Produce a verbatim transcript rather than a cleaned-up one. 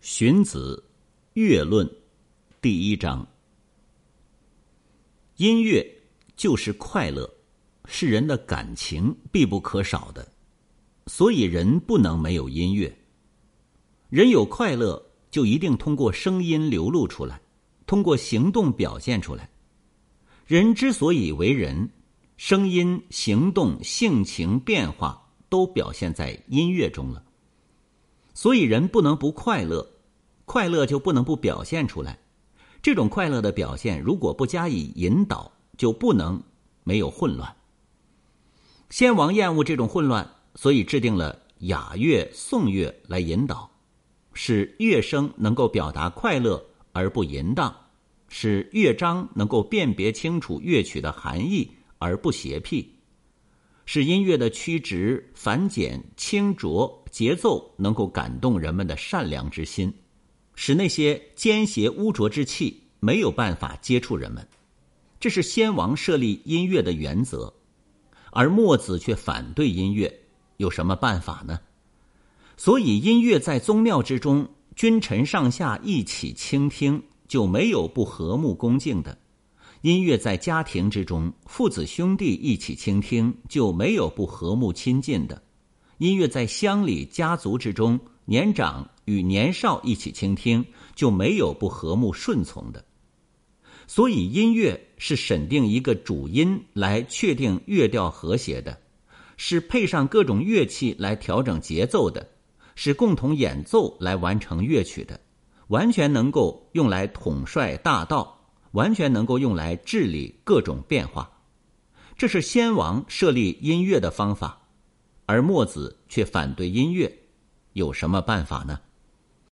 荀子《乐论》第一章。音乐就是快乐，是人的感情必不可少的，所以人不能没有音乐。人有快乐，就一定通过声音流露出来，通过行动表现出来。人之所以为人，声音、行动、性情变化都表现在音乐中了。所以人不能不快乐，快乐就不能不表现出来。这种快乐的表现如果不加以引导，就不能没有混乱。先王厌恶这种混乱，所以制定了雅乐、颂乐来引导，使乐声能够表达快乐而不淫荡，使乐章能够辨别清楚乐曲的含义而不邪僻，使音乐的曲直、繁简、清浊、节奏能够感动人们的善良之心，使那些奸邪污浊之气没有办法接触人们。这是先王设立音乐的原则，而墨子却反对音乐，有什么办法呢？所以音乐在宗庙之中，君臣上下一起倾听，就没有不和睦恭敬的；音乐在家庭之中，父子兄弟一起倾听，就没有不和睦亲近的；音乐在乡里家族之中，年长与年少一起倾听，就没有不和睦顺从的。所以音乐是审定一个主音来确定乐调和谐的，是配上各种乐器来调整节奏的，是共同演奏来完成乐曲的，完全能够用来统帅大道，完全能够用来治理各种变化。这是先王设立音乐的方法，而墨子却反对音乐，有什么办法呢？